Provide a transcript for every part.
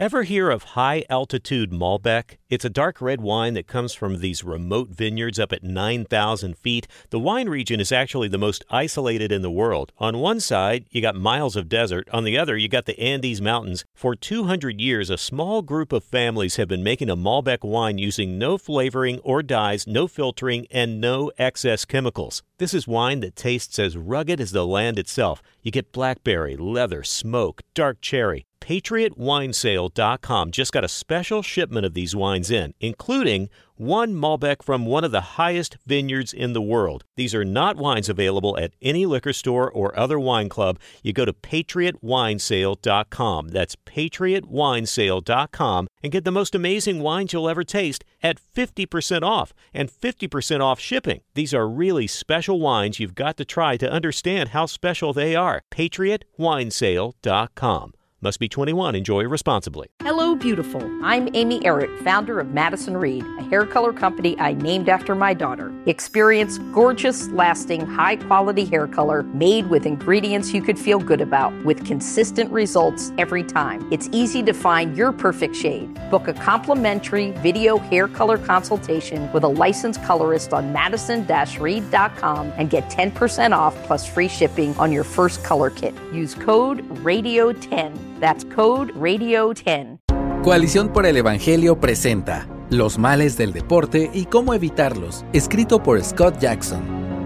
Ever hear of high-altitude Malbec? It's a dark red wine that comes from these remote vineyards up at 9,000 feet. The wine region is actually the most isolated in the world. On one side, you got miles of desert. On the other, you got the Andes Mountains. For 200 years, a small group of families have been making a Malbec wine using no flavoring or dyes, no filtering, and no excess chemicals. This is wine that tastes as rugged as the land itself. You get blackberry, leather, smoke, dark cherry. PatriotWinesale.com just got a special shipment of these wines in, including one Malbec from one of the highest vineyards in the world. These are not wines available at any liquor store or other wine club. You go to PatriotWinesale.com. That's PatriotWinesale.com and get the most amazing wines you'll ever taste at 50% off and 50% off shipping. These are really special wines you've got to try to understand how special they are. PatriotWinesale.com. Must be 21. Enjoy responsibly. Hello, beautiful. I'm Amy Errett, founder of Madison Reed, a hair color company I named after my daughter. Experience gorgeous, lasting, high-quality hair color made with ingredients you could feel good about, with consistent results every time. It's easy to find your perfect shade. Book a complimentary video hair color consultation with a licensed colorist on madison-reed.com and get 10% off plus free shipping on your first color kit. Use code RADIO10. That's code RADIO10. Coalición por el Evangelio presenta Los males del deporte y cómo evitarlos, escrito por Scott Jackson.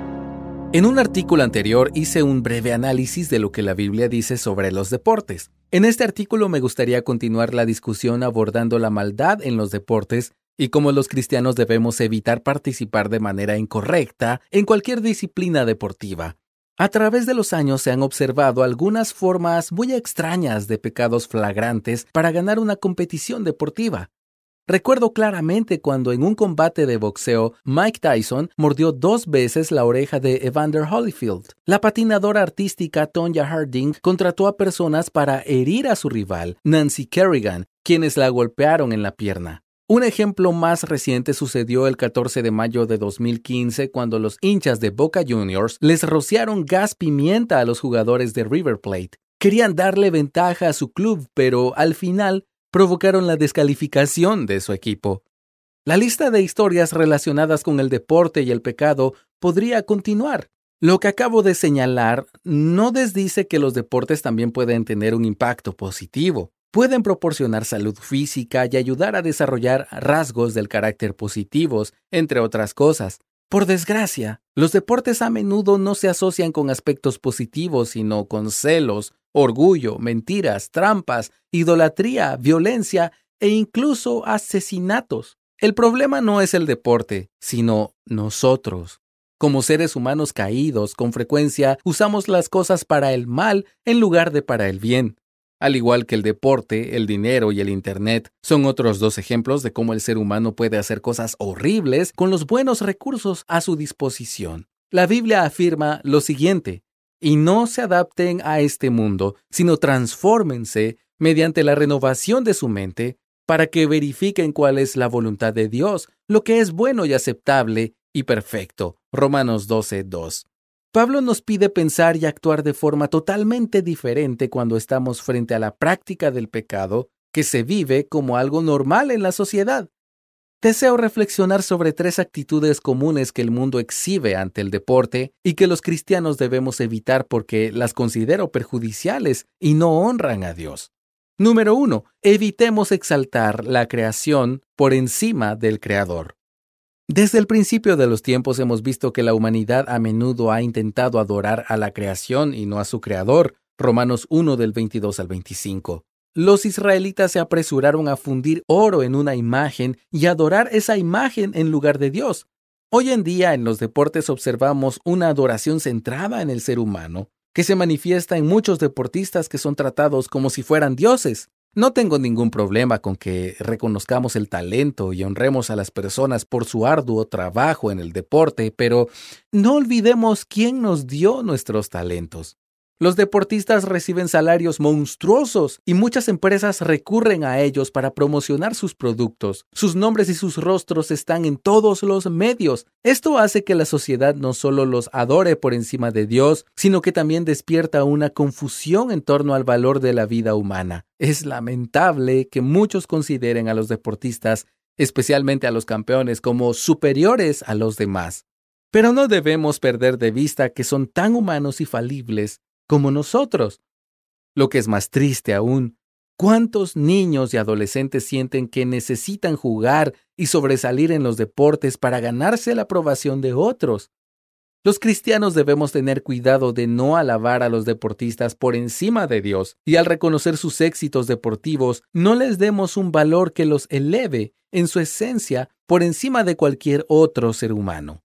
En un artículo anterior hice un breve análisis de lo que la Biblia dice sobre los deportes. En este artículo me gustaría continuar la discusión abordando la maldad en los deportes y cómo los cristianos debemos evitar participar de manera incorrecta en cualquier disciplina deportiva. A través de los años se han observado algunas formas muy extrañas de pecados flagrantes para ganar una competición deportiva. Recuerdo claramente cuando en un combate de boxeo, Mike Tyson mordió 2 veces la oreja de Evander Holyfield. La patinadora artística Tonya Harding contrató a personas para herir a su rival, Nancy Kerrigan, quienes la golpearon en la pierna. Un ejemplo más reciente sucedió el 14 de mayo de 2015 cuando los hinchas de Boca Juniors les rociaron gas pimienta a los jugadores de River Plate. Querían darle ventaja a su club, pero al final provocaron la descalificación de su equipo. La lista de historias relacionadas con el deporte y el pecado podría continuar. Lo que acabo de señalar no desdice que los deportes también pueden tener un impacto positivo. Pueden proporcionar salud física y ayudar a desarrollar rasgos del carácter positivos, entre otras cosas. Por desgracia, los deportes a menudo no se asocian con aspectos positivos, sino con celos, orgullo, mentiras, trampas, idolatría, violencia e incluso asesinatos. El problema no es el deporte, sino nosotros. Como seres humanos caídos, con frecuencia usamos las cosas para el mal en lugar de para el bien. Al igual que el deporte, el dinero y el Internet, son otros 2 ejemplos de cómo el ser humano puede hacer cosas horribles con los buenos recursos a su disposición. La Biblia afirma lo siguiente: y no se adapten a este mundo, sino transfórmense mediante la renovación de su mente para que verifiquen cuál es la voluntad de Dios, lo que es bueno y aceptable y perfecto. Romanos 12:2. Pablo nos pide pensar y actuar de forma totalmente diferente cuando estamos frente a la práctica del pecado que se vive como algo normal en la sociedad. Deseo reflexionar sobre 3 actitudes comunes que el mundo exhibe ante el deporte y que los cristianos debemos evitar porque las considero perjudiciales y no honran a Dios. Número 1. Evitemos exaltar la creación por encima del Creador. Desde el principio de los tiempos hemos visto que la humanidad a menudo ha intentado adorar a la creación y no a su creador. Romanos 1 del 22 al 25. Los israelitas se apresuraron a fundir oro en una imagen y adorar esa imagen en lugar de Dios. Hoy en día en los deportes observamos una adoración centrada en el ser humano, que se manifiesta en muchos deportistas que son tratados como si fueran dioses. No tengo ningún problema con que reconozcamos el talento y honremos a las personas por su arduo trabajo en el deporte, pero no olvidemos quién nos dio nuestros talentos. Los deportistas reciben salarios monstruosos y muchas empresas recurren a ellos para promocionar sus productos. Sus nombres y sus rostros están en todos los medios. Esto hace que la sociedad no solo los adore por encima de Dios, sino que también despierta una confusión en torno al valor de la vida humana. Es lamentable que muchos consideren a los deportistas, especialmente a los campeones, como superiores a los demás. Pero no debemos perder de vista que son tan humanos y falibles como nosotros. Lo que es más triste aún, ¿cuántos niños y adolescentes sienten que necesitan jugar y sobresalir en los deportes para ganarse la aprobación de otros? Los cristianos debemos tener cuidado de no alabar a los deportistas por encima de Dios, y al reconocer sus éxitos deportivos, no les demos un valor que los eleve en su esencia por encima de cualquier otro ser humano.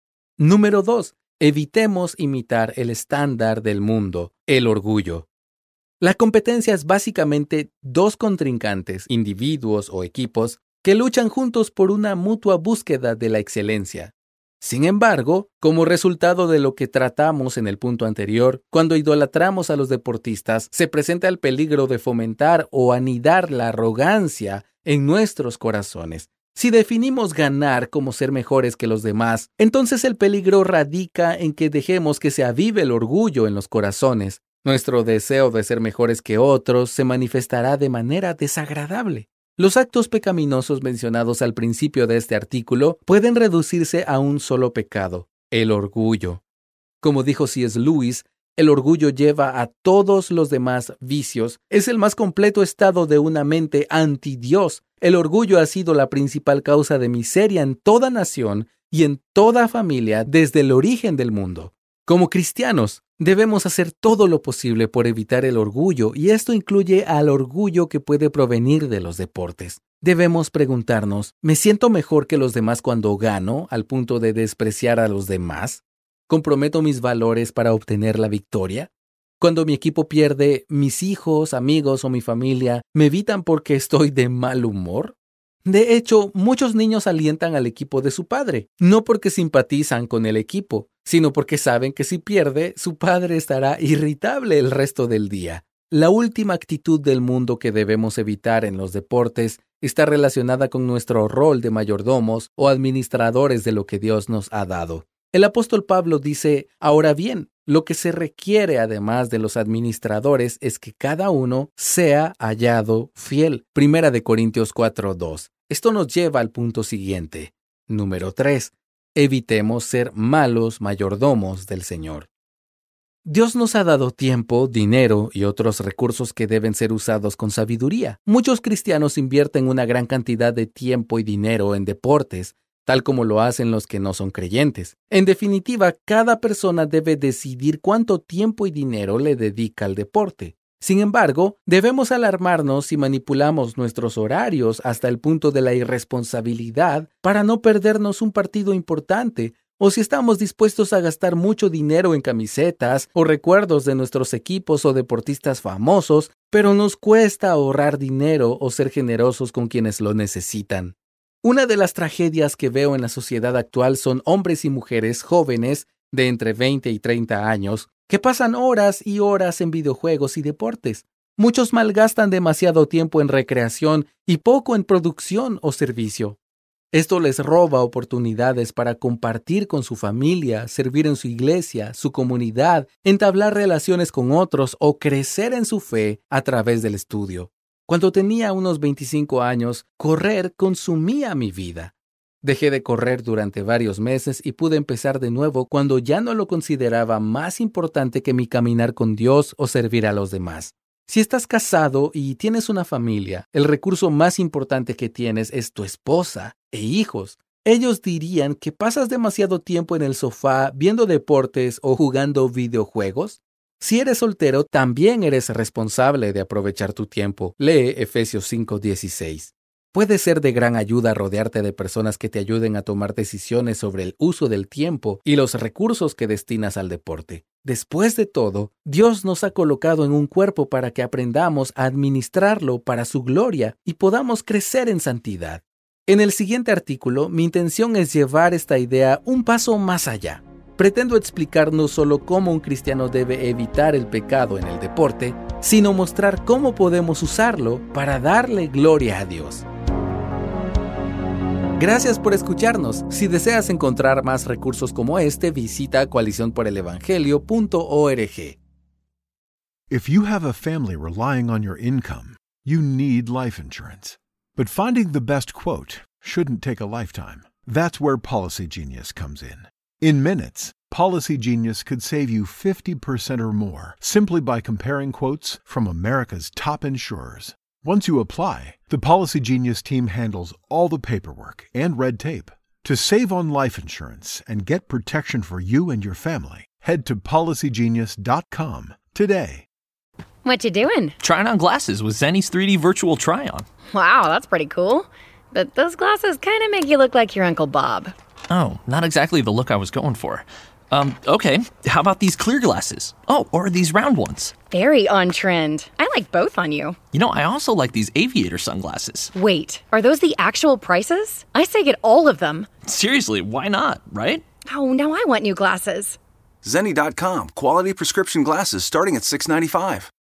Número 2. Evitemos imitar el estándar del mundo, el orgullo. La competencia es básicamente dos contrincantes, individuos o equipos, que luchan juntos por una mutua búsqueda de la excelencia. Sin embargo, como resultado de lo que tratamos en el punto anterior, cuando idolatramos a los deportistas, se presenta el peligro de fomentar o anidar la arrogancia en nuestros corazones. Si definimos ganar como ser mejores que los demás, entonces el peligro radica en que dejemos que se avive el orgullo en los corazones. Nuestro deseo de ser mejores que otros se manifestará de manera desagradable. Los actos pecaminosos mencionados al principio de este artículo pueden reducirse a un solo pecado, el orgullo. Como dijo C.S. Lewis, el orgullo lleva a todos los demás vicios. Es el más completo estado de una mente anti-Dios. El orgullo ha sido la principal causa de miseria en toda nación y en toda familia desde el origen del mundo. Como cristianos, debemos hacer todo lo posible por evitar el orgullo, y esto incluye al orgullo que puede provenir de los deportes. Debemos preguntarnos, ¿me siento mejor que los demás cuando gano, al punto de despreciar a los demás? ¿Comprometo mis valores para obtener la victoria? Cuando mi equipo pierde, ¿mis hijos, amigos o mi familia me evitan porque estoy de mal humor? De hecho, muchos niños alientan al equipo de su padre, no porque simpatizan con el equipo, sino porque saben que si pierde, su padre estará irritable el resto del día. La última actitud del mundo que debemos evitar en los deportes está relacionada con nuestro rol de mayordomos o administradores de lo que Dios nos ha dado. El apóstol Pablo dice, ahora bien, lo que se requiere además de los administradores es que cada uno sea hallado fiel. 1 Corintios 4:2. Esto nos lleva al punto siguiente. Número 3. Evitemos ser malos mayordomos del Señor. Dios nos ha dado tiempo, dinero y otros recursos que deben ser usados con sabiduría. Muchos cristianos invierten una gran cantidad de tiempo y dinero en deportes, tal como lo hacen los que no son creyentes. En definitiva, cada persona debe decidir cuánto tiempo y dinero le dedica al deporte. Sin embargo, debemos alarmarnos si manipulamos nuestros horarios hasta el punto de la irresponsabilidad para no perdernos un partido importante, o si estamos dispuestos a gastar mucho dinero en camisetas o recuerdos de nuestros equipos o deportistas famosos, pero nos cuesta ahorrar dinero o ser generosos con quienes lo necesitan. Una de las tragedias que veo en la sociedad actual son hombres y mujeres jóvenes de entre 20 y 30 años que pasan horas y horas en videojuegos y deportes. Muchos malgastan demasiado tiempo en recreación y poco en producción o servicio. Esto les roba oportunidades para compartir con su familia, servir en su iglesia, su comunidad, entablar relaciones con otros o crecer en su fe a través del estudio. Cuando tenía unos 25 años, correr consumía mi vida. Dejé de correr durante varios meses y pude empezar de nuevo cuando ya no lo consideraba más importante que mi caminar con Dios o servir a los demás. Si estás casado y tienes una familia, el recurso más importante que tienes es tu esposa e hijos. Ellos dirían que pasas demasiado tiempo en el sofá viendo deportes o jugando videojuegos. Si eres soltero, también eres responsable de aprovechar tu tiempo. Lee Efesios 5:16. Puede ser de gran ayuda rodearte de personas que te ayuden a tomar decisiones sobre el uso del tiempo y los recursos que destinas al deporte. Después de todo, Dios nos ha colocado en un cuerpo para que aprendamos a administrarlo para su gloria y podamos crecer en santidad. En el siguiente artículo, mi intención es llevar esta idea un paso más allá. pretendo explicar no solo cómo un cristiano debe evitar el pecado en el deporte, sino mostrar cómo podemos usarlo para darle gloria a Dios. Gracias por escucharnos. Si deseas encontrar más recursos como este, visita coaliciónporelevangelio.org. If you have a family relying on your income, you need life insurance. But finding the best quote shouldn't take a lifetime. That's where Policy Genius comes in. In minutes, Policy Genius could save you 50% or more simply by comparing quotes from America's top insurers. Once you apply, the Policy Genius team handles all the paperwork and red tape. To save on life insurance and get protection for you and your family, head to PolicyGenius.com today. What you doing? Trying on glasses with Zenny's 3D virtual try-on. Wow, that's pretty cool. But those glasses kind of make you look like your Uncle Bob. Oh, not exactly the look I was going for. Okay, how about these clear glasses? Oh, or these round ones. Very on trend. I like both on you. You know, I also like these aviator sunglasses. Wait, are those the actual prices? I say get all of them. Seriously, why not, right? Oh, now I want new glasses. Zenni.com. Quality prescription glasses starting at $6.95.